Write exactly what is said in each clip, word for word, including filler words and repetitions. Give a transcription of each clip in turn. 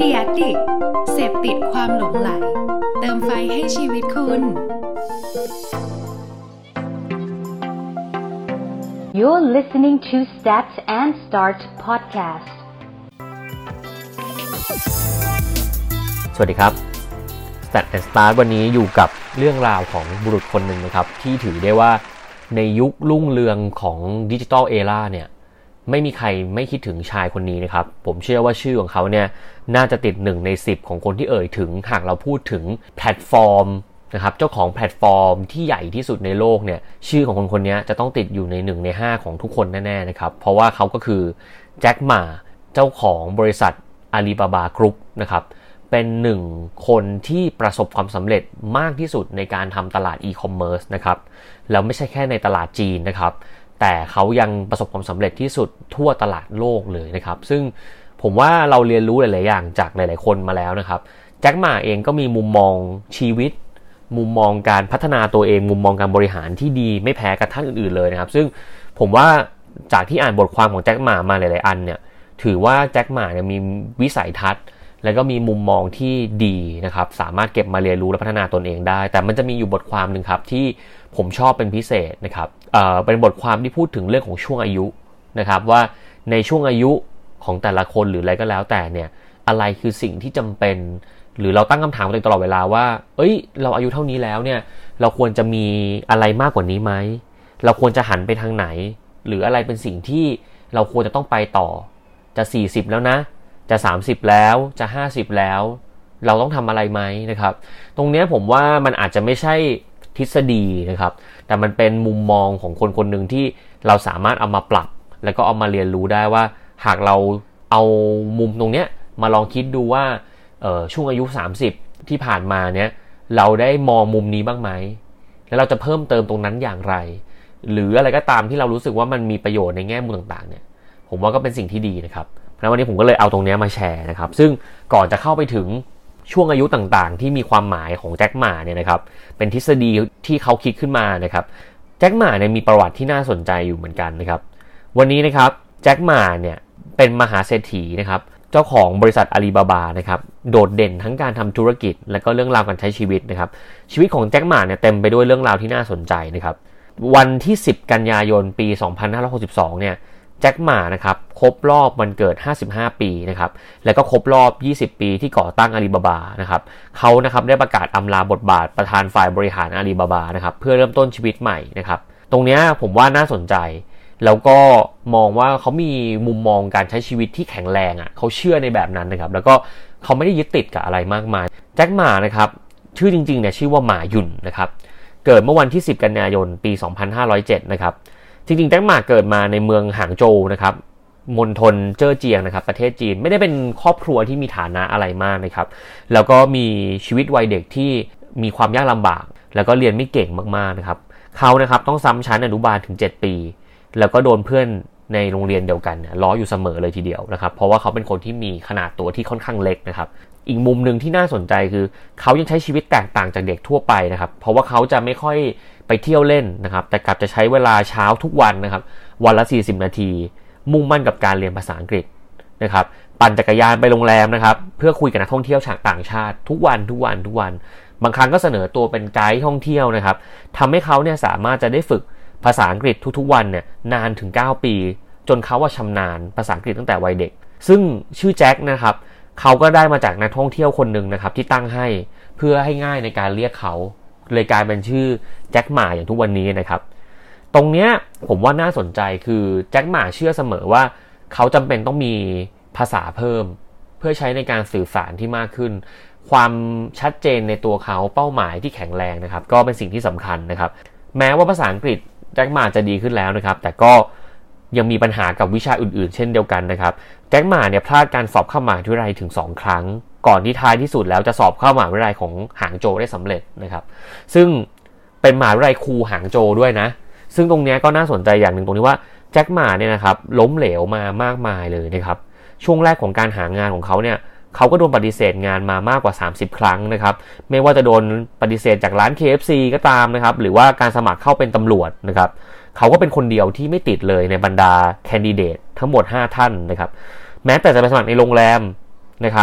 The Addict เสพติดความหลงใหลเติมไฟให้ชีวิตคุณ You're listening to Stat and Start Podcast สวัสดีครับ Stat and Start วันนี้อยู่กับเรื่องราวของบุรุษคนหนึ่งนะครับที่ถือได้ว่าในยุครุ่งเรืองของดิจิทัลเอราเนี่ยไม่มีใครไม่คิดถึงชายคนนี้นะครับผมเชื่อว่าชื่อของเขาเนี่ยน่าจะติดหนึ่งในสิบของคนที่เอ่ยถึงหากเราพูดถึงแพลตฟอร์มนะครับเจ้าของแพลตฟอร์มที่ใหญ่ที่สุดในโลกเนี่ยชื่อของคนคนนี้จะต้องติดอยู่ในหนึ่งในห้าของทุกคนแน่ๆนะครับเพราะว่าเขาก็คือแจ็คหม่าเจ้าของบริษัทอาลีบาบากรุ๊ปนะครับเป็นหนึ่งคนที่ประสบความสำเร็จมากที่สุดในการทำตลาดอีคอมเมิร์ซนะครับแล้วไม่ใช่แค่ในตลาดจีนนะครับแต่เขายังประสบความสำเร็จที่สุดทั่วตลาดโลกเลยนะครับซึ่งผมว่าเราเรียนรู้หลายๆอย่างจากหลายๆคนมาแล้วนะครับแจ็คหม่าเองก็มีมุมมองชีวิตมุมมองการพัฒนาตัวเองมุมมองการบริหารที่ดีไม่แพ้กับท่านอื่นๆเลยนะครับซึ่งผมว่าจากที่อ่านบทความของแจ็คหม่ามาหลายๆอันเนี่ยถือว่าแจ็คหม่าเนี่ยมีวิสัยทัศน์แล้วก็มีมุมมองที่ดีนะครับสามารถเก็บมาเรียนรู้และพัฒนาตนเองได้แต่มันจะมีอยู่บทความนึงครับที่ผมชอบเป็นพิเศษนะครับเอ่อเป็นบทความที่พูดถึงเรื่องของช่วงอายุนะครับว่าในช่วงอายุของแต่ละคนหรืออะไรก็แล้วแต่เนี่ยอะไรคือสิ่งที่จำเป็นหรือเราตั้งคำถามตัวเองตลอดเวลาว่าเอ้ยเราอายุเท่านี้แล้วเนี่ยเราควรจะมีอะไรมากกว่านี้ไหมเราควรจะหันไปทางไหนหรืออะไรเป็นสิ่งที่เราควรจะต้องไปต่อจะสี่สิบแล้วนะจะสามสิบแล้วจะห้าสิบแล้วเราต้องทำอะไรไหมนะครับตรงนี้ผมว่ามันอาจจะไม่ใช่ทฤษฎีนะครับแต่มันเป็นมุมมองของคนคนหนึ่งที่เราสามารถเอามาปรับแล้วก็เอามาเรียนรู้ได้ว่าหากเราเอามุมตรงเนี้ยมาลองคิดดูว่าเอ่อช่วงอายุสามสิบที่ผ่านมาเนี้ยเราได้มองมุมนี้บ้างไหมแล้วเราจะเพิ่มเติมตรงนั้นอย่างไรหรืออะไรก็ตามที่เรารู้สึกว่ามันมีประโยชน์ในแง่มุมต่างๆเนี่ยผมว่าก็เป็นสิ่งที่ดีนะครับแล้ววันนี้ผมก็เลยเอาตรงนี้มาแชร์นะครับซึ่งก่อนจะเข้าไปถึงช่วงอายุต่างๆที่มีความหมายของแจ็คหม่าเนี่ยนะครับเป็นทฤษฎีที่เขาคิดขึ้นมานะครับแจ็คหม่าเนี่ยมีประวัติที่น่าสนใจอยู่เหมือนกันนะครับวันนี้นะครับแจ็คหม่าเนี่ยเป็นมหาเศรษฐีนะครับเจ้าของบริษัทอาลีบาบานะครับโดดเด่นทั้งการทำธุรกิจและก็เรื่องราวการใช้ชีวิตนะครับชีวิตของแจ็คหม่าเนี่ยเต็มไปด้วยเรื่องราวที่น่าสนใจนะครับวันที่สิบกันยายนปีสองพันห้าร้อยหกสิบสองเนี่ยแจ็คหม่านะครับครบรอบวันเกิดห้าสิบห้าปีนะครับแล้วก็ครบรอบยี่สิบปีที่ก่อตั้งอาลีบาบานะครับเขานะครับได้ประกาศอำลาบทบาทประธานฝ่ายบริหารอาลีบาบานะครับเพื่อเริ่มต้นชีวิตใหม่นะครับตรงนี้ผมว่าน่าสนใจแล้วก็มองว่าเขามีมุมมองการใช้ชีวิตที่แข็งแรงอ่ะเขาเชื่อในแบบนั้นนะครับแล้วก็เขาไม่ได้ยึดติดกับอะไรมากมายแจ็คหม่านะครับชื่อจริงๆเนี่ยชื่อว่าหม่าหยุ่นนะครับเกิดเมื่อวันที่สิบกันยายนปีสองพันห้าร้อยเจ็ดนะครับจริงๆแจ็คหม่าเกิดมาในเมืองหางโจวนะครับมณฑลเจ้อเจียงนะครับประเทศจีนไม่ได้เป็นครอบครัวที่มีฐานะอะไรมากนะครับแล้วก็มีชีวิตวัยเด็กที่มีความยากลำบากแล้วก็เรียนไม่เก่งมากๆนะครับเขานะครับต้องซ้ำชั้นอนุบาลถึงเจ็ดปีแล้วก็โดนเพื่อนในโรงเรียนเดียวกันเนี่ยล้ออยู่เสมอเลยทีเดียวนะครับเพราะว่าเขาเป็นคนที่มีขนาดตัวที่ค่อนข้างเล็กนะครับอีกมุมนึงที่น่าสนใจคือเขายังใช้ชีวิตแตกต่างจากเด็กทั่วไปนะครับเพราะว่าเขาจะไม่ค่อยไปเที่ยวเล่นนะครับแต่กลับจะใช้เวลาเช้าทุกวันนะครับวันละสี่สิบนาทีมุ่งมั่นกับการเรียนภาษาอังกฤษนะครับปั่นจักรยานไปโรงแรมนะครับเพื่อคุยกับนักท่องเที่ยวชาวต่างชาติทุกวันทุกวันทุกวันบางครั้งก็เสนอตัวเป็นไกด์ท่องเที่ยวนะครับทำให้เขาเนี่ยสามารถจะได้ฝึกภาษาอังกฤษทุกๆวันเนี่ยนานถึงเก้าปีจนเขาว่าชำนาญภาษาอังกฤษตั้งแต่วัยเด็กซึ่งชื่อแจ็คนะครับเขาก็ได้มาจากนักท่องเที่ยวคนหนึ่งนะครับที่ตั้งให้เพื่อให้ง่ายในการเรียกเขาเลยกลายเป็นชื่อแจ็คหม่าอย่างทุกวันนี้นะครับตรงเนี้ยผมว่าน่าสนใจคือแจ็คหม่าเชื่อเสมอว่าเขาจำเป็นต้องมีภาษาเพิ่มเพื่อใช้ในการสื่อสารที่มากขึ้นความชัดเจนในตัวเขาเป้าหมายที่แข็งแรงนะครับก็เป็นสิ่งที่สำคัญนะครับแม้ว่าภาษาอังกฤษแจ็คหม่าจะดีขึ้นแล้วนะครับแต่ก็ยังมีปัญหากับวิชาอื่นๆเช่นเดียวกันนะครับแจ็คหม่าเนี่ยพลาดการสอบเข้ามหาวิทยาลัยถึงสองครั้งก่อนที่ท้ายที่สุดแล้วจะสอบเข้ามหาวิทยาลัยของหางโจวได้สำเร็จนะครับซึ่งเป็นมหาวิทยาลัยครูหางโจวด้วยนะซึ่งตรงนี้ก็น่าสนใจอย่างหนึ่งตรงที่ว่าแจ็คหม่าเนี่ยนะครับล้มเหลวมามากมายเลยนะครับช่วงแรกของการหางานของเขาเนี่ยเขาก็โดนปฏิเสธงานมามากกว่าสามสิบครั้งนะครับไม่ว่าจะโดนปฏิเสธจากร้าน เค เอฟ ซี ก็ตามนะครับหรือว่าการสมัครเข้าเป็นตำรวจนะครับเขาก็เป็นคนเดียวที่ไม่ติดเลยในบรรดาแคนดิเดตทั้งหมดห้าท่านนะครับแม้แต่จะไปสมัครในโรงแรมนะครับ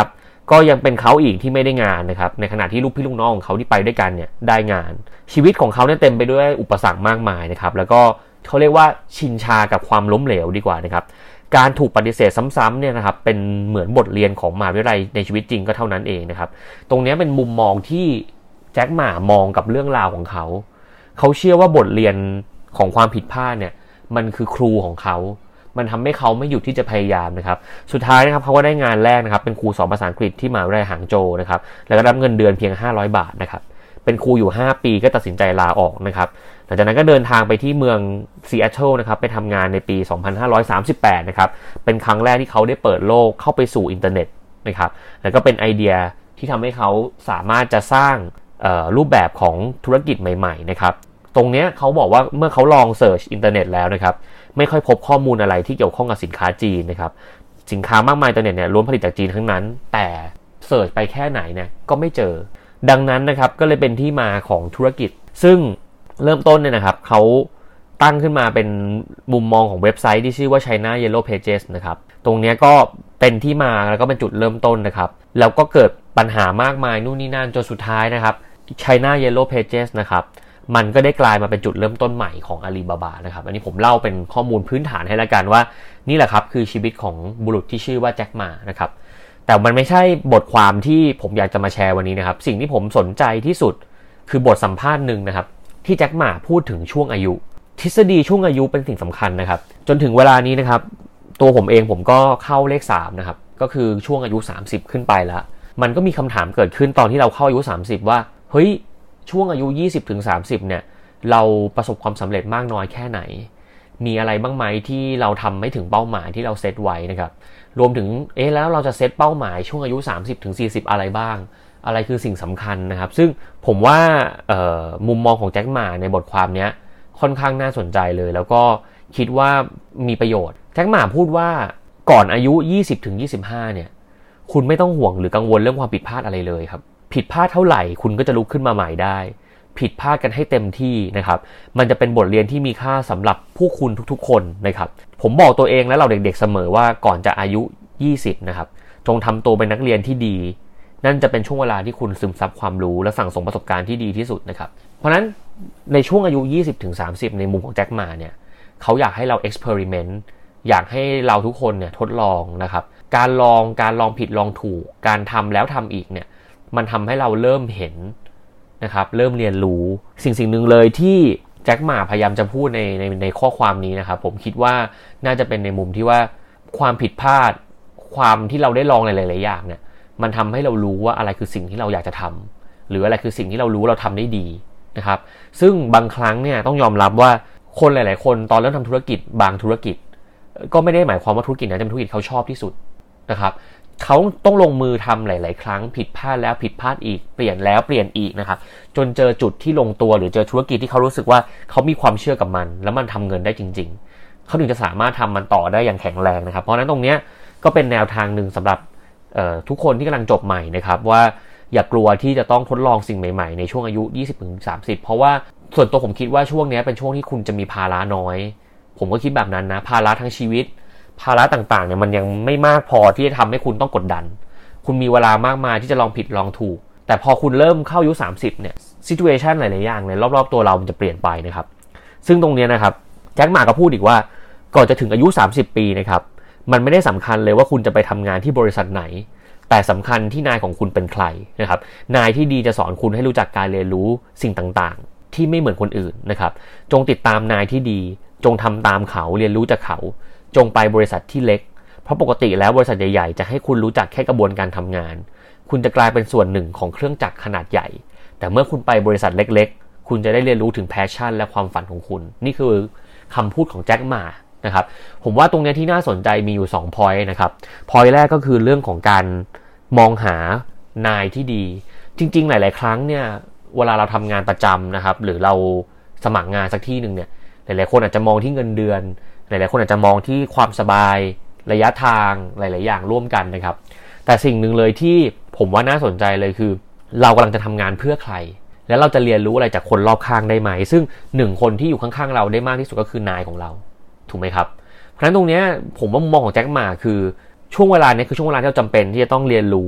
ก็ยังเป็นเขาอีกที่ไม่ได้งานนะครับในขณะที่ลูกพี่ลูกน้องของเขาที่ไปด้วยกันเนี่ยได้งานชีวิตของเขาเนี่ยเต็มไปด้วยอุปสรรคมากมายนะครับแล้วก็เขาเรียกว่าชินชากับความล้มเหลวดีกว่านะครับการถูกปฏิเสธซ้ำๆเนี่ยนะครับเป็นเหมือนบทเรียนของมหาวิทยาลัยในชีวิตจริงก็เท่านั้นเองนะครับตรงนี้เป็นมุมมองที่แจ็คหม่ามองกับเรื่องราวของเขาเขาเชื่อว่าบทเรียนของความผิดพลาดเนี่ยมันคือครูของเขามันทำให้เขาไม่หยุดที่จะพยายามนะครับสุดท้ายนะครับเขาก็ได้งานแรกนะครับเป็นครูสอนภาษาอังกฤษที่มหาวิทยาลัยหางโจวนะครับแล้วก็รับเงินเดือนเพียงห้าร้อยบาทนะครับเป็นครูอยู่ห้าปีก็ตัดสินใจลาออกนะครับหลังจากนั้นก็เดินทางไปที่เมืองซีแอตเทิลนะครับไปทำงานในปีสองพันห้าร้อยสามสิบแปดนะครับเป็นครั้งแรกที่เขาได้เปิดโลกเข้าไปสู่อินเทอร์เน็ตนะครับแล้วก็เป็นไอเดียที่ทำให้เขาสามารถจะสร้างรูปแบบของธุรกิจใหม่ๆนะครับตรงนี้เขาบอกว่าเมื่อเขาลองเสิร์ชอินเทอร์เน็ตแล้วนะครับไม่ค่อยพบข้อมูลอะไรที่เกี่ยวข้องกับสินค้าจีนนะครับสินค้ามากมายอินเทอร์เน็ตเนี่ยล้วนผลิตจากจีนทั้งนั้นแต่เสิร์ชไปแค่ไหนเนี่ยก็ไม่เจอดังนั้นนะครับก็เลยเป็นที่มาของธุรกิจซึ่งเริ่มต้นเนี่ยนะครับเขาตั้งขึ้นมาเป็นมุมมองของเว็บไซต์ที่ชื่อว่า China Yellow Pages นะครับตรงนี้ก็เป็นที่มาแล้วก็เป็นจุดเริ่มต้นนะครับแล้วก็เกิดปัญหามากมายนู่นนี่นั่นจนสุดท้ายนะครับ China Yellow Pages นะครับมันก็ได้กลายมาเป็นจุดเริ่มต้นใหม่ของ Alibaba นะครับอันนี้ผมเล่าเป็นข้อมูลพื้นฐานให้ละกันว่านี่แหละครับคือชีวิตของบุรุษที่ชื่อว่าแจ็คหม่านะครับแต่มันไม่ใช่บทความที่ผมอยากจะมาแชร์วันนี้นะครับสิ่งที่ผมสนใจที่สุดคือบทสัมภาษณ์นึงนะครับที่แจ็คหม่าพูดถึงช่วงอายุทฤษฎีช่วงอายุเป็นสิ่งสำคัญนะครับจนถึงเวลานี้นะครับตัวผมเองผมก็เข้าเลขสามนะครับก็คือช่วงอายุสามสิบขึ้นไปแล้วมันก็มีคำถามเกิดขึ้นตอนที่เราเข้าอายุสามสิบว่าเฮ้ยช่วงอายุ ยี่สิบถึงสามสิบ เนี่ยเราประสบความสำเร็จมากน้อยแค่ไหนมีอะไรบ้างไหมที่เราทำไม่ถึงเป้าหมายที่เราเซตไว้นะครับรวมถึงเอ๊ะแล้วเราจะเซตเป้าหมายช่วงอายุ สามสิบถึงสี่สิบ อะไรบ้างอะไรคือสิ่งสำคัญนะครับซึ่งผมว่ามุมมองของแจ็คหม่าในบทความนี้ค่อนข้างน่าสนใจเลยแล้วก็คิดว่ามีประโยชน์แจ็คหม่าพูดว่าก่อนอายุ ยี่สิบถึงยี่สิบห้า เนี่ยคุณไม่ต้องห่วงหรือกังวลเรื่องความผิดพลาดอะไรเลยครับผิดพลาดเท่าไหร่คุณก็จะลุกขึ้นมาใหม่ได้ผิดพลาดกันให้เต็มที่นะครับมันจะเป็นบทเรียนที่มีค่าสำหรับผู้คุณทุกๆคนนะครับผมบอกตัวเองและเราเด็กๆเสมอว่าก่อนจะอายุยี่สิบนะครับจงทำตัวเป็นนักเรียนที่ดีนั่นจะเป็นช่วงเวลาที่คุณซึมซับความรู้และสั่งสมประสบการณ์ที่ดีที่สุดนะครับเพราะนั้นในช่วงอายุ ยี่สิบถึงสามสิบ ในมุมของแจ็คหม่าเนี่ยเขาอยากให้เรา experiment อยากให้เราทุกคนเนี่ยทดลองนะครับการลองการลองผิดลองถูกการทำแล้วทำอีกเนี่ยมันทำให้เราเริ่มเห็นนะครับเริ่มเรียนรู้สิ่งสิ่งหนึ่งเลยที่แจ็คหม่าพยายามจะพูดในในในข้อความนี้นะครับผมคิดว่าน่าจะเป็นในมุมที่ว่าความผิดพลาดความที่เราได้ลองหลายๆอย่างเนี่ยมันทำให้เรารู้ว่าอะไรคือสิ่งที่เราอยากจะทำหรืออะไรคือสิ่งที่เรารู้เราทำได้ดีนะครับซึ่งบางครั้งเนี่ยต้องยอมรับว่าคนหลายๆคนตอนเริ่มทำธุรกิจบางธุรกิจก็ไม่ได้หมายความว่าธุรกิจนั้นจะเป็นธุรกิจเขาชอบที่สุดนะครับเขาต้องลงมือทำหลายๆครั้งผิดพลาดแล้วผิดพลาดอีกเปลี่ยนแล้วเปลี่ยนอีกนะครับจนเจอจุดที่ลงตัวหรือเจอธุรกิจที่เขารู้สึกว่าเขามีความเชื่อกับมันแล้วมันทำเงินได้จริงๆเขาถึงจะสามารถทำมันต่อได้อย่างแข็งแรงนะครับเพราะฉะนั้นตรงนี้ก็เป็นแนวทางหนึ่งสำหรับทุกคนที่กำลังจบใหม่นะครับว่าอย่ากลัวที่จะต้องทดลองสิ่งใหม่ๆในช่วงอายุ ยี่สิบถึงสามสิบ เพราะว่าส่วนตัวผมคิดว่าช่วงนี้เป็นช่วงที่คุณจะมีภาระน้อยผมก็คิดแบบนั้นนะภาระทั้งชีวิตภาระต่างๆเนี่ยมันยังไม่มากพอที่จะทำให้คุณต้องกดดันคุณมีเวลามากมายที่จะลองผิดลองถูกแต่พอคุณเริ่มเข้าอายุสามสิบเนี่ยซิทูเอชันหลายๆอย่างในรอบๆตัวเรามันจะเปลี่ยนไปนะครับซึ่งตรงนี้นะครับแจ็คหม่าก็พูดอีกว่าก่อนจะถึงอายุสามสิบปีนะครับมันไม่ได้สำคัญเลยว่าคุณจะไปทำงานที่บริษัทไหนแต่สำคัญที่นายของคุณเป็นใครนะครับนายที่ดีจะสอนคุณให้รู้จักการเรียนรู้สิ่งต่างๆที่ไม่เหมือนคนอื่นนะครับจงติดตามนายที่ดีจงทำตามเขาเรียนรู้จากเขาจงไปบริษัทที่เล็กเพราะปกติแล้วบริษัทใหญ่ๆจะให้คุณรู้จักแค่กระบวนการทำงานคุณจะกลายเป็นส่วนหนึ่งของเครื่องจักรขนาดใหญ่แต่เมื่อคุณไปบริษัทเล็กๆคุณจะได้เรียนรู้ถึงแพชชั่นและความฝันของคุณนี่คือคำพูดของแจ็คหม่านะครับผมว่าตรงนี้ที่น่าสนใจมีอยู่สอง point นะครับ point แรกก็คือเรื่องของการมองหานายที่ดีจริงๆหลายๆครั้งเนี่ยเวลาเราทำงานประจำนะครับหรือเราสมัครงานสักที่นึงเนี่ยหลายๆคนอาจจะมองที่เงินเดือนหลายๆคนอาจจะมองที่ความสบายระยะทางหลายๆอย่างร่วมกันนะครับแต่สิ่งหนึ่งเลยที่ผมว่าน่าสนใจเลยคือเรากำลังจะทำงานเพื่อใครแล้วเราจะเรียนรู้อะไรจากคนรอบข้างได้ไหมซึ่งหนึ่งคนที่อยู่ข้างๆเราได้มากที่สุดก็คือนายของเราถูกไหมครับเพราะฉะนั้นตรงนี้ผมว่ามุมมองของแจ็คหม่าคือช่วงเวลานี้คือช่วงเวลาที่เราจำเป็นที่จะต้องเรียนรู้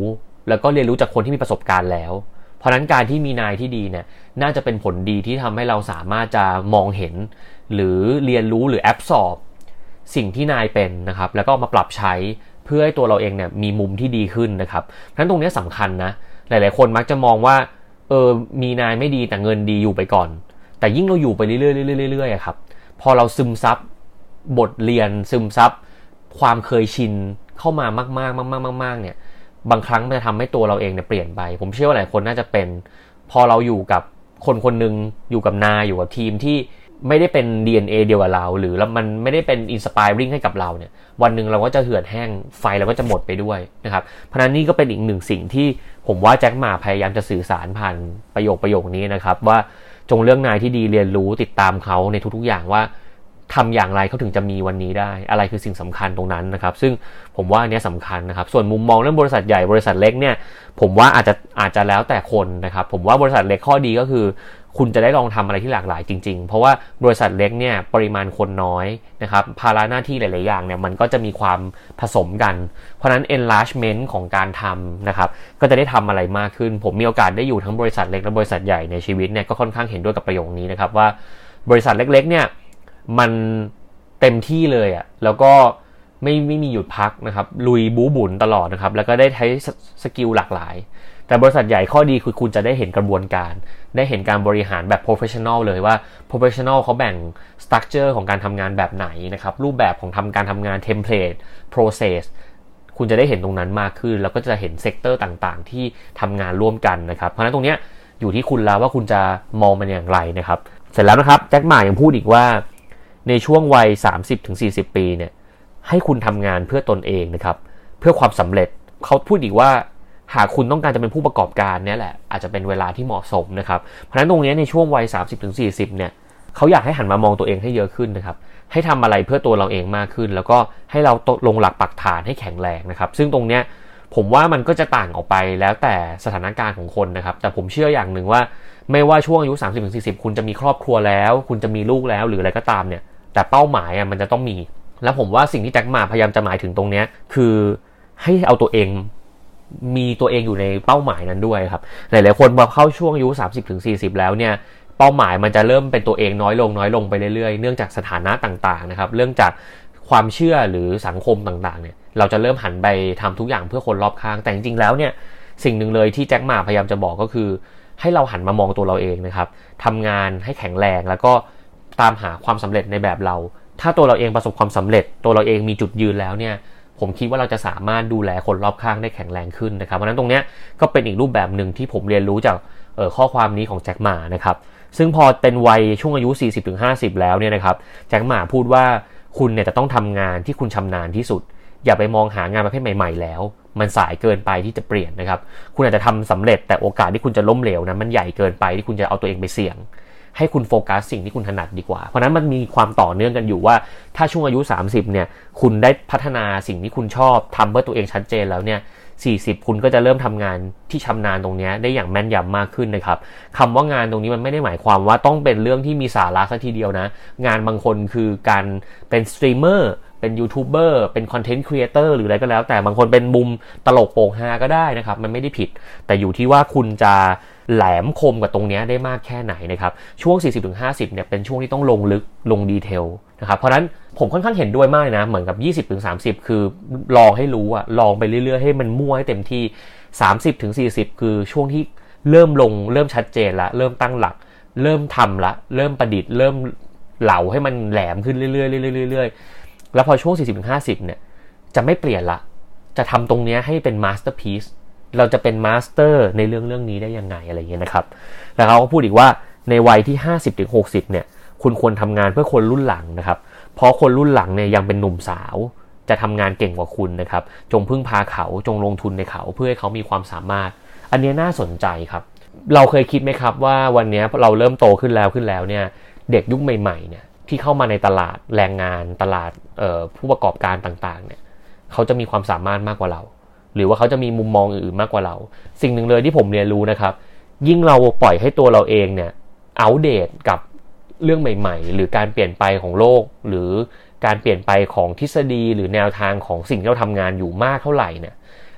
แล้วก็เรียนรู้จากคนที่มีประสบการณ์แล้วเพราะนั้นการที่มีนายที่ดีเนี่ยน่าจะเป็นผลดีที่ทำให้เราสามารถจะมองเห็นหรือเรียนรู้หรือแอบสอบสิ่งที่นายเป็นนะครับแล้วก็มาปรับใช้เพื่อให้ตัวเราเองเนี่ยมีมุมที่ดีขึ้นนะครับเพราะฉะนั้นตรงนี้สำคัญนะหลายๆคนมักจะมองว่าเออมีนายไม่ดีแต่เงินดีอยู่ไปก่อนแต่ยิ่งเราอยู่ไปเรื่อยๆเรื่อยๆครับพอเราซึมซับบทเรียนซึมซับความเคยชินเข้ามามากๆมากๆๆๆเนี่ยบางครั้งมันจะทำให้ตัวเราเองเนี่ยเปลี่ยนไปผมเชื่อว่าหลายคนน่าจะเป็นพอเราอยู่กับคนคนนึงอยู่กับนายอยู่กับทีมที่ไม่ได้เป็น ดี เอ็น เอ เดียวกับเราหรือแล้วมันไม่ได้เป็น inspiring ให้กับเราเนี่ยวันนึงเราก็จะเหือดแห้งไฟเราก็จะหมดไปด้วยนะครับเพราะฉะนั้นนี่ก็เป็นอีกหนึ่งสิ่งที่ผมว่าแจ็คหม่าพยายามจะสื่อสารผ่านประโยคประโยคนี้นะครับว่าจงเลือกนายที่ดีเรียนรู้ติดตามเขาในทุกๆอย่างว่าทำอย่างไรเขาถึงจะมีวันนี้ได้อะไรคือสิ่งสำคัญตรงนั้นนะครับซึ่งผมว่าอันนี้สำคัญนะครับส่วนมุมมองเรื่องบริษัทใหญ่บริษัทเล็กเนี่ยผมว่าอาจจะอาจจะแล้วแต่คนนะครับผมว่าบริษัทเล็กข้อดีก็คือคุณจะได้ลองทำอะไรที่หลากหลายจริงๆเพราะว่าบริษัทเล็กเนี่ยปริมาณคนน้อยนะครับภาระหน้าที่หลายๆอย่างเนี่ยมันก็จะมีความผสมกันเพราะนั้น enlargement ของการทำนะครับก็จะได้ทำอะไรมากขึ้นผมมีโอกาสได้อยู่ทั้งบริษัทเล็กและบริษัทใหญ่ในชีวิตเนี่ยก็ค่อนข้างเห็นด้วยกับประโยคนี้นะครับว่าบริษัทเล็กๆเนี่ยมันเต็มที่เลยอ่ะแล้วก็ไม่ไม่มีหยุดพักนะครับลุยบู๊บุญตลอดนะครับแล้วก็ได้ใช้สกิลหลากหลายแต่บริษัทใหญ่ข้อดีคือคุณจะได้เห็นกระบวนการได้เห็นการบริหารแบบ professional เลยว่า professional เขาแบ่ง structure ของการทำงานแบบไหนนะครับรูปแบบของทำการทำงาน template process คุณจะได้เห็นตรงนั้นมากขึ้นแล้วก็จะเห็นเซกเตอร์ต่างๆที่ทำงานร่วมกันนะครับเพราะฉะนั้นตรงนี้อยู่ที่คุณแล้วว่าคุณจะมองมันอย่างไรนะครับเสร็จแล้วนะครับแจ็คหม่ายังพูดอีกว่าในช่วงวัย สามสิบถึงสี่สิบ ปีเนี่ยให้คุณทำงานเพื่อตนเองนะครับเพื่อความสำเร็จเขาพูดอีกว่าหากคุณต้องการจะเป็นผู้ประกอบการเนี่ยแหละอาจจะเป็นเวลาที่เหมาะสมนะครับเพราะฉะนั้นตรงนี้ในช่วงวัย สามสิบถึงสี่สิบ เนี่ยเขาอยากให้หันมามองตัวเองให้เยอะขึ้นนะครับให้ทำอะไรเพื่อตัวเราเองมากขึ้นแล้วก็ให้เราลงหลักปักฐานให้แข็งแรงนะครับซึ่งตรงเนี้ยผมว่ามันก็จะต่างออกไปแล้วแต่สถานการณ์ของคนนะครับแต่ผมเชื่ออย่างหนึ่งว่าไม่ว่าช่วงอายุ สามสิบถึงสี่สิบ คุณจะมีครอบครัวแล้วคุณจะมีลูกแล้วหรืออะไรก็ตามเนี่ยแต่เป้าหมายอ่ะมันจะต้องมีแล้วผมว่าสิ่งที่แจ็คหม่าพยายามจะหมายถึงตรงเนี้ยคือให้เอาตัวเองมีตัวเองอยู่ในเป้าหมายนั้นด้วยครับหลายๆคนพอเข้าช่วงอายุ สามสิบถึงสี่สิบ แล้วเนี่ยเป้าหมายมันจะเริ่มเป็นตัวเองน้อยลงน้อยลงไปเรื่อยๆเนื่องจากสถานะต่างๆนะครับเรื่องจากความเชื่อหรือสังคมต่างๆเนี่ยเราจะเริ่มหันไปทำทุกอย่างเพื่อคนรอบข้างแต่จริงๆแล้วเนี่ยสิ่งหนึ่งเลยที่แจ็คหม่าพยายามจะบอกก็คือให้เราหันมามองตัวเราเองนะครับทำงานให้แข็งแรงแล้วก็ตามหาความสำเร็จในแบบเราถ้าตัวเราเองประสบความสำเร็จตัวเราเองมีจุดยืนแล้วเนี่ยผมคิดว่าเราจะสามารถดูแลคนรอบข้างได้แข็งแรงขึ้นนะครับเพราะฉะนั้นตรงนี้ก็เป็นอีกรูปแบบหนึ่งที่ผมเรียนรู้จากเอ่อข้อความนี้ของแจ็คหม่านะครับซึ่งพอเป็นวัยช่วงอายุ สี่สิบถึงห้าสิบ แล้วเนี่ยนะครับแจ็คหม่าพูดว่าคุณเนี่ยจะต้องทำงานที่คุณชำนาญที่สุดอย่าไปมองหางานประเภทใหม่ๆแล้วมันสายเกินไปที่จะเปลี่ยนนะครับคุณอาจจะทำสำเร็จแต่โอกาสที่คุณจะล้มเหลวนะมันใหญ่เกินไปที่คุณจะเอาตัวเองไปเสี่ยงให้คุณโฟกัสสิ่งที่คุณถนัดดีกว่าเพราะนั้นมันมีความต่อเนื่องกันอยู่ว่าถ้าช่วงอายุสามสิบเนี่ยคุณได้พัฒนาสิ่งที่คุณชอบทำเพื่อตัวเองชัดเจนแล้วเนี่ยสี่สิบคุณก็จะเริ่มทำงานที่ชำนาญตรงนี้ได้อย่างแม่นยำมากขึ้นนะครับคำว่างานตรงนี้มันไม่ได้หมายความว่าต้องเป็นเรื่องที่มีสาระซะทีเดียวนะงานบางคนคือการเป็นสตรีมเมอร์เป็นยูทูบเบอร์เป็นคอนเทนต์ครีเอเตอร์หรืออะไรก็แล้วแต่บางคนเป็นมุมตลกโปกฮาก็ได้นะครับมันไม่ได้ผิดแต่อยู่ที่ว่าคุณจะแหลมคมกับตรงนี้ได้มากแค่ไหนนะครับช่วง สี่สิบถึงห้าสิบ เนี่ยเป็นช่วงที่ต้องลงลึกลงดีเทลนะครับเพราะนั้นผมค่อนข้างเห็นด้วยมากนะเหมือนกับ ยี่สิบถึงสามสิบ คือลองให้รู้อะลองไปเรื่อยๆให้มันมั่วให้เต็มที่ สามสิบถึงสี่สิบ คือช่วงที่เริ่มลงเริ่มชัดเจนละเริ่มตั้งหลักเริ่มทำละเริ่มประดิษฐ์เริ่มเหลาให้มันแหลมขึ้นเรื่อยๆเรื่อยๆเรื่อยๆแล้วพอช่วง สี่สิบถึงห้าสิบ เนี่ยจะไม่เปลี่ยนละจะทำตรงนี้ให้เป็นมาสเตอร์พีซเราจะเป็นมาสเตอร์ในเรื่องเรื่องนี้ได้ยังไงอะไรเงี้ยนะครับแล้วเขาก็พูดอีกว่าในวัยที่ ห้าสิบถึงหกสิบ เนี่ยคุณควรทำงานเพื่อคนรุ่นหลังนะครับเพราะคนรุ่นหลังเนี่ยยังเป็นหนุ่มสาวจะทำงานเก่งกว่าคุณนะครับจงพึ่งพาเขาจงลงทุนในเขาเพื่อให้เขามีความสามารถอันนี้น่าสนใจครับเราเคยคิดไหมครับว่าวันนี้เราเริ่มโตขึ้นแล้วขึ้นแล้วเนี่ยเด็กยุคใหม่ๆเนี่ยที่เข้ามาในตลาดแรงงานตลาดผู้ประกอบการต่างๆเนี่ยเขาจะมีความสามารถมากกว่าเราหรือว่าเขาจะมีมุมมองอื่นๆมากกว่าเราสิ่งหนึ่งเลยที่ผมเรียนรู้นะครับยิ่งเราปล่อยให้ตัวเราเองเนี่ยอัปเดตกับเรื่องใหม่ๆหรือการเปลี่ยนไปของโลกหรือการเปลี่ยนไปของทฤษฎีหรือแนวทางของสิ่งที่เราทำงานอยู่มากเท่าไหร่เนี่ย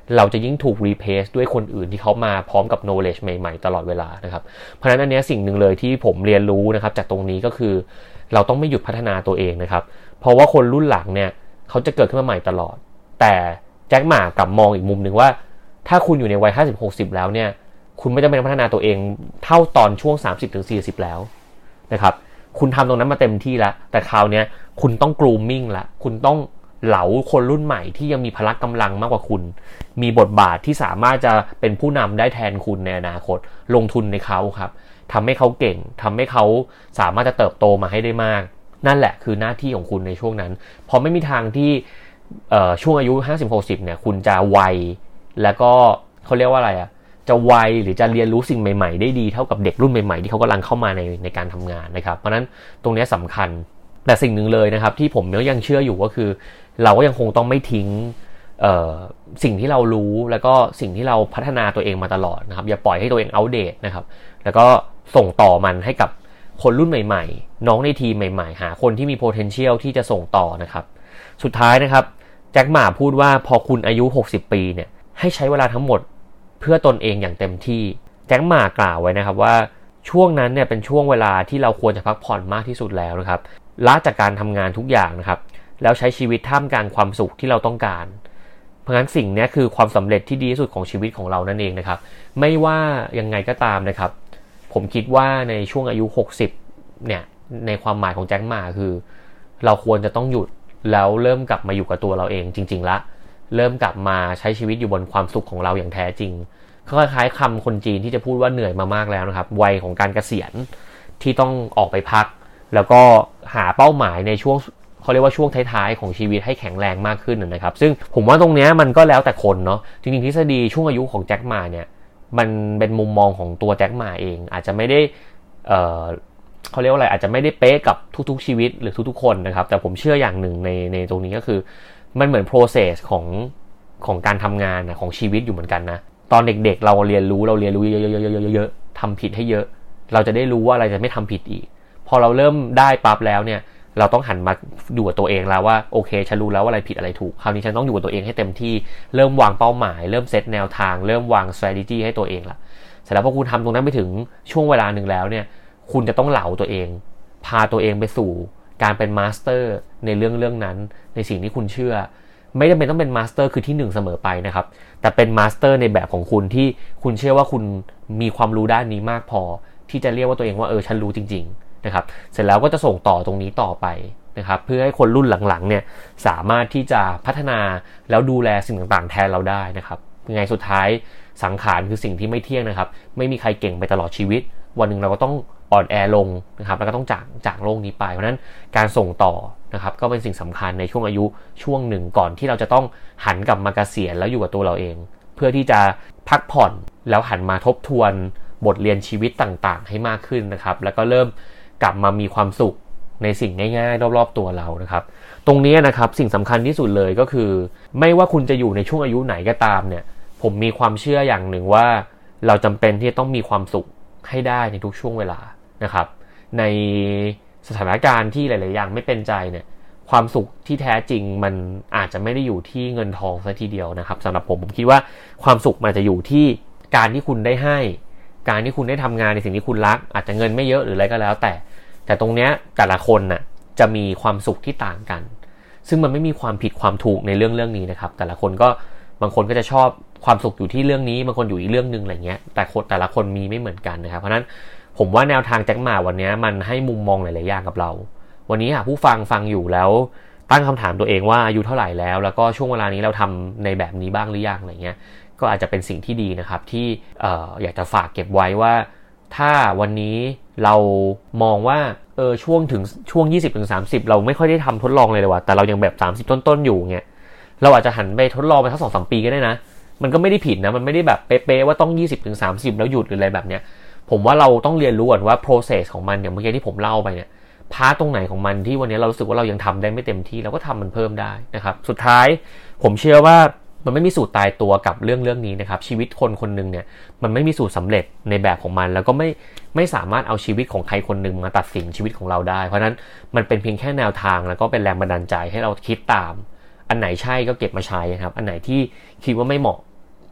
เราจะยิ่งถูก replace ด้วยคนอื่นที่เขามาพร้อมกับ knowledge ใหม่ๆตลอดเวลานะครับเพราะฉะนั้นอันนี้สิ่งหนึ่งเลยที่ผมเรียนรู้นะครับจากตรงนี้ก็คือเราต้องไม่หยุดพัฒนาตัวเองนะครับเพราะว่าคนรุ่นหลังเนี่ยเขาจะเกิดขึ้นมาใหม่ตลอดแต่แจ็คหม่ากลับมองอีกมุมนึงว่าถ้าคุณอยู่ในวัย ห้าสิบ หกสิบแล้วเนี่ยคุณไม่จำเป็นต้องพัฒนาตัวเองเท่าตอนช่วง สามสิบถึงสี่สิบ แล้วนะครับคุณทำตรงนั้นมาเต็มที่แล้วแต่คราวนี้คุณต้อง grooming ละคุณต้องเหลาคนรุ่นใหม่ที่ยังมีพละกำลังมากกว่าคุณมีบทบาทที่สามารถจะเป็นผู้นำได้แทนคุณในอนาคตลงทุนในเขาครับทำให้เขาเก่งทำให้เขาสามารถจะเติบโตมาให้ได้มากนั่นแหละคือหน้าที่ของคุณในช่วงนั้นเพราะไม่มีทางที่ช่วงอายุ ห้าสิบ หกสิบ เนี่ยคุณจะไวแล้วก็เขาเรียกว่าอะไรอ่ะจะไวหรือจะเรียนรู้สิ่งใหม่ๆได้ดีเท่ากับเด็กรุ่นใหม่ๆที่เขากำลังเข้ามาในในการทำงานนะครับเพราะนั้นตรงนี้สำคัญแต่สิ่งหนึ่งเลยนะครับที่ผมยังเชื่ออยู่ก็คือเราก็ยังคงต้องไม่ทิ้งสิ่งที่เรารู้แล้วก็สิ่งที่เราพัฒนาตัวเองมาตลอดนะครับอย่าปล่อยให้ตัวเองอัปเดตนะครับแล้วก็ส่งต่อมันให้กับคนรุ่นใหม่ๆน้องในทีมใหม่ๆหาคนที่มี potential ที่จะส่งต่อนะครับสุดท้ายนะครับแจ็คหม่าพูดว่าพอคุณอายุหกสิบปีเนี่ยให้ใช้เวลาทั้งหมดเพื่อตนเองอย่างเต็มที่แจ็คหม่ากล่าวไว้นะครับว่าช่วงนั้นเนี่ยเป็นช่วงเวลาที่เราควรจะพักผ่อนมากที่สุดแล้วนะครับละจากการทำงานทุกอย่างนะครับแล้วใช้ชีวิตท่ามกลางความสุขที่เราต้องการเพราะงั้นสิ่งนี้คือความสำเร็จที่ดีที่สุดของชีวิตของเรานั่นเองนะครับไม่ว่ายังไงก็ตามนะครับผมคิดว่าในช่วงอายุหกสิบเนี่ยในความหมายของแจ็คหม่าคือเราควรจะต้องหยุดแล้วเริ่มกลับมาอยู่กับตัวเราเองจริงๆละเริ่มกลับมาใช้ชีวิตอยู่บนความสุขของเราอย่างแท้จริงคล้ายๆคำคนจีนที่จะพูดว่าเหนื่อยมามากแล้วนะครับวัยของการเกษียณที่ต้องออกไปพักแล้วก็หาเป้าหมายในช่วงเขาเรียกว่าช่วงท้ายๆของชีวิตให้แข็งแรงมากขึ้นนะครับซึ่งผมว่าตรงนี้มันก็แล้วแต่คนเนาะจริงๆทฤษฎีช่วงอายุของแจ็คหม่าเนี่ยมันเป็นมุมมองของตัวแจ็คหม่าเองอาจจะไม่ได้เอ่อเขาเรียกว่าอะไรอาจจะไม่ได้เป๊ะกับทุกๆชีวิตหรือทุกๆคนนะครับแต่ผมเชื่ออย่างหนึ่งในในตรงนี้ก็คือมันเหมือน process ของของการทำงานนะของชีวิตอยู่เหมือนกันนะตอนเด็กๆเราเรียนรู้เราเรียนรู้เยอะๆๆๆๆทำผิดให้เยอะเราจะได้รู้ว่าอะไรจะไม่ทำผิดอีกพอเราเริ่มได้ปั๊บแล้วเนี่ยเราต้องหันมาดูกับตัวเองแล้วว่าโอเคฉันรู้แล้วว่าอะไรผิดอะไรถูกคราวนี้ฉันต้องอยู่กับตัวเองให้เต็มที่เริ่มวางเป้าหมายเริ่มเซตแนวทางเริ่มวาง strategy ให้ตัวเองละเสร็จแล้วพอคุณทำตรงนั้นไปถึงช่วงเวลาหนึ่งแล้วเนี่ยคุณจะต้องเหลาตัวเองพาตัวเองไปสู่การเป็นมาสเตอร์ในเรื่องเรื่องนั้นในสิ่งที่คุณเชื่อไม่จำเป็นต้องเป็นมาสเตอร์คือที่หนึ่งเสมอไปนะครับแต่เป็นมาสเตอร์ในแบบของคุณที่คุณเชื่อว่าคุณมีความรู้ด้านนี้มากพอที่จะเรียกว่าตัวเองว่าเออฉันรู้จริงๆนะครับเสร็จแล้วก็จะส่งต่อตรงนี้ต่อไปนะครับเพื่อให้คนรุ่นหลังๆเนี่ยสามารถที่จะพัฒนาแล้วดูแลสิ่งต่างๆแทนเราได้นะครับยังไงสุดท้ายสังขารคือสิ่งที่ไม่เที่ยงนะครับไม่มีใครเก่งไปตลอดชีวิตวันหนึ่งเราก็ต้องอ่อนแอลงนะครับแล้วก็ต้องจากจากโลกนี้ไปเพราะนั้นการส่งต่อนะครับก็เป็นสิ่งสำคัญในช่วงอายุช่วงหนึ่งก่อนที่เราจะต้องหันกลับมาเกษียณแล้วอยู่กับตัวเราเองเพื่อที่จะพักผ่อนแล้วหันมาทบทวนบทเรียนชีวิตต่างๆให้มากขึ้นนะครับแล้วก็เริ่มกลับมามีความสุขในสิ่งง่ายๆรอบๆตัวเรานะครับตรงนี้นะครับสิ่งสำคัญที่สุดเลยก็คือไม่ว่าคุณจะอยู่ในช่วงอายุไหนก็ตามเนี่ยผมมีความเชื่ออย่างหนึ่งว่าเราจำเป็นที่จะต้องมีความสุขให้ได้ในทุกช่วงเวลานะครับในสถานการณ์ที่หลายๆอย่างไม่เป็นใจเนี่ยความสุขที่แท้จริงมันอาจจะไม่ได้อยู่ที่เงินทองซะทีเดียวนะครับสำหรับผมผมคิดว่าความสุขมันจะอยู่ที่การที่คุณได้ให้การที่คุณได้ทำงานในสิ่งที่คุณรักอาจจะเงินไม่เยอะหรืออะไรก็แล้วแต่แต่ตรงเนี้ยแต่ละคนน่ะจะมีความสุขที่ต่างกันซึ่งมันไม่มีความผิดความถูกในเรื่องเรื่องนี้นะครับแต่ละคนก็บางคนก็จะชอบความสุขอยู่ที่เรื่องนี้บางคนอยู่อีกเรื่องนึงอะไรเงี้ยแต่คนแต่ละคนมีไม่เหมือนกันนะครับเพราะนั้นผมว่าแนวทางแจ็คหม่าวันนี้มันให้มุมมองหลายๆอย่างกับเราวันนี้หากผู้ฟังฟังอยู่แล้วตั้งคำถามตัวเองว่าอายุเท่าไหร่แล้วแล้วก็ช่วงเวลานี้เราทำในแบบนี้บ้างหรือยังอะไรเงี้ยก็อาจจะเป็นสิ่งที่ดีนะครับที่เอ่ออยากจะฝากเก็บไว้ว่าถ้าวันนี้เรามองว่าเออช่วงถึงช่วง ยี่สิบถึงสามสิบ เราไม่ค่อยได้ทำทดลองเลยเลยว่ะแต่เรายังแบบสามสิบต้นๆอยู่เงี้ยเราอาจจะหันไปทดลองไปสัก สองถึงสาม ปีก็ได้นะมันก็ไม่ได้ผิดนะมันไม่ได้แบบเป๊ะๆว่าต้อง ยี่สิบถึงสามสิบ แล้วหยุดหรืออะไรแบบเนี้ยผมว่าเราต้องเรียนรู้ก่อนว่า process ของมันอย่างเมื่อกี้ที่ผมเล่าไปเนี่ยพาร์ทตรงไหนของมันที่วันนี้เรารู้สึกว่าเรายังทำได้ไม่เต็มที่เราก็ทำมันเพิ่มได้นะครับสุดท้ายผมเชื่อว่ามันไม่มีสูตรตายตัวกับเรื่องเรื่องนี้นะครับชีวิตคนคนนึงเนี่ยมันไม่มีสูตรสำเร็จในแบบของมันแล้วก็ไม่ไม่สามารถเอาชีวิตของใครคนนึงมาตัดสินชีวิตของเราได้เพราะนั้นมันเป็นเพียงแค่แนวทางแล้วก็เป็นแรงบันดาลใจให้เราคิดตามอันไหนใช่ก็เก็บมาใช้ครับอันไหนที่คิดว่าไม่เหมาะ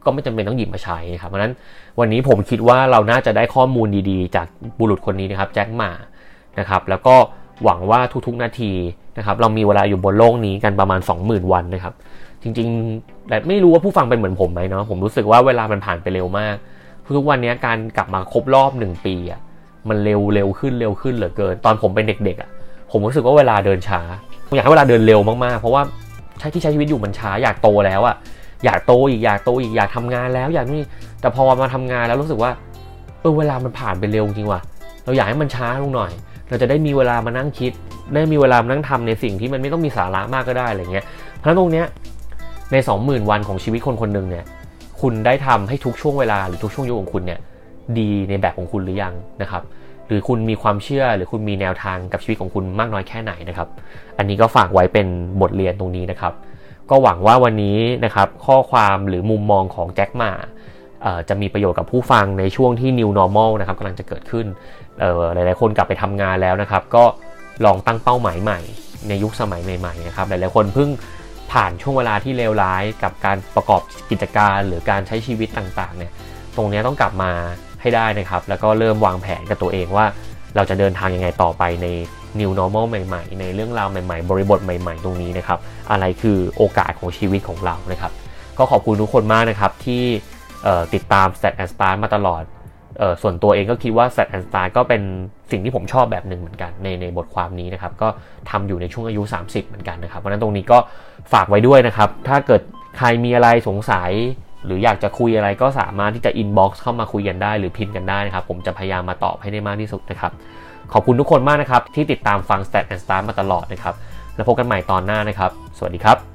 ก็ไม่จำเป็นต้องหยิบมาใช้ครับเพราะฉะนั้นวันนี้ผมคิดว่าเราน่าจะได้ข้อมูลดีๆจากบุรุษคนนี้นะครับแจ็คหม่านะครับแล้วก็หวังว่าทุกๆนาทีนะครับเรามีเวลาอยู่บนโลกนี้กันประมาณ สองหมื่น วันนะครับจริงๆแต่ไม่รู้ว่าผู้ฟังเป็นเหมือนผมไหมเนาะผมรู้สึกว่าเวลามันผ่านไปเร็วมากทุกวันนี้การกลับมาครบรอบหนึ่งปีอ่ะมันเร็วเร็วขึ้นเร็วขึ้นเหลือเกินตอนผมเป็นเด็กๆอ่ะผมรู้สึกว่าเวลาเดินช้าผมอยากให้เวลาเดินเร็วมากๆเพราะว่าใช้ที่ใช้ชีวิตอยู่มันช้าอยากโตแล้วอ่ะอยากโตอีกอยากโตอีกอยากทำงานแล้วอยากนี่แต่พอมาทำงานแล้วรู้สึกว่าเออเวลามันผ่านไปเร็วจริงว่ะเราอยากให้มันช้าลงหน่อยเราจะได้มีเวลามานั่งคิดได้มีเวลามานั่งทำในสิ่งที่มันไม่ต้องมีสาระมากก็ได้อะไรเงี้ยเพราะฉะนั้นตรงเนี้ยใน สองหมื่น วันของชีวิตคนคนนึงเนี่ยคุณได้ทำให้ทุกช่วงเวลาหรือทุกช่วงอายุของคุณเนี่ยดีในแบบของคุณหรือยังนะครับหรือคุณมีความเชื่อหรือคุณมีแนวทางกับชีวิตของคุณมากน้อยแค่ไหนนะครับอันนี้ก็ฝากไว้เป็นบทเรียนตรงนี้นะครับก็หวังว่าวันนี้นะครับข้อความหรือมุมมองของแจ็คหม่าจะมีประโยชน์กับผู้ฟังในช่วงที่ New Normal นะครับกำลังจะเกิดขึ้นหลายๆคนกลับไปทำงานแล้วนะครับก็ลองตั้งเป้าหมายใหม่ในยุคสมัยใหม่ๆนะครับหลายๆคนเพิ่งผ่านช่วงเวลาที่เลวร้ายกับการประกอบกิจการหรือการใช้ชีวิตต่างๆเนี่ยตรงนี้ต้องกลับมาให้ได้นะครับแล้วก็เริ่มวางแผนกับตัวเองว่าเราจะเดินทางยังไงต่อไปใน New Normal ใหม่ๆในเรื่องราวใหม่ๆบริบทใหม่ๆตรงนี้นะครับอะไรคือโอกาสของชีวิตของเรานะครับก็ขอบคุณทุกคนมากนะครับที่ติดตาม Stat and Start มาตลอดส่วนตัวเองก็คิดว่า Stat and Start ก็เป็นสิ่งที่ผมชอบแบบหนึ่งเหมือนกันในในบทความนี้นะครับก็ทำอยู่ในช่วงอายุสามสิบเหมือนกันนะครับเพราะฉะนั้นตรงนี้ก็ฝากไว้ด้วยนะครับถ้าเกิดใครมีอะไรสงสัยหรืออยากจะคุยอะไรก็สามารถที่จะ inbox เข้ามาคุยกันได้หรือพิมพ์กันได้นะครับผมจะพยายามมาตอบให้ได้มากที่สุดนะครับขอบคุณทุกคนมากนะครับที่ติดตามฟัง Stat and Start มาตลอดนะครับแล้วพบกันใหม่ตอนหน้านะครับสวัสดีครับ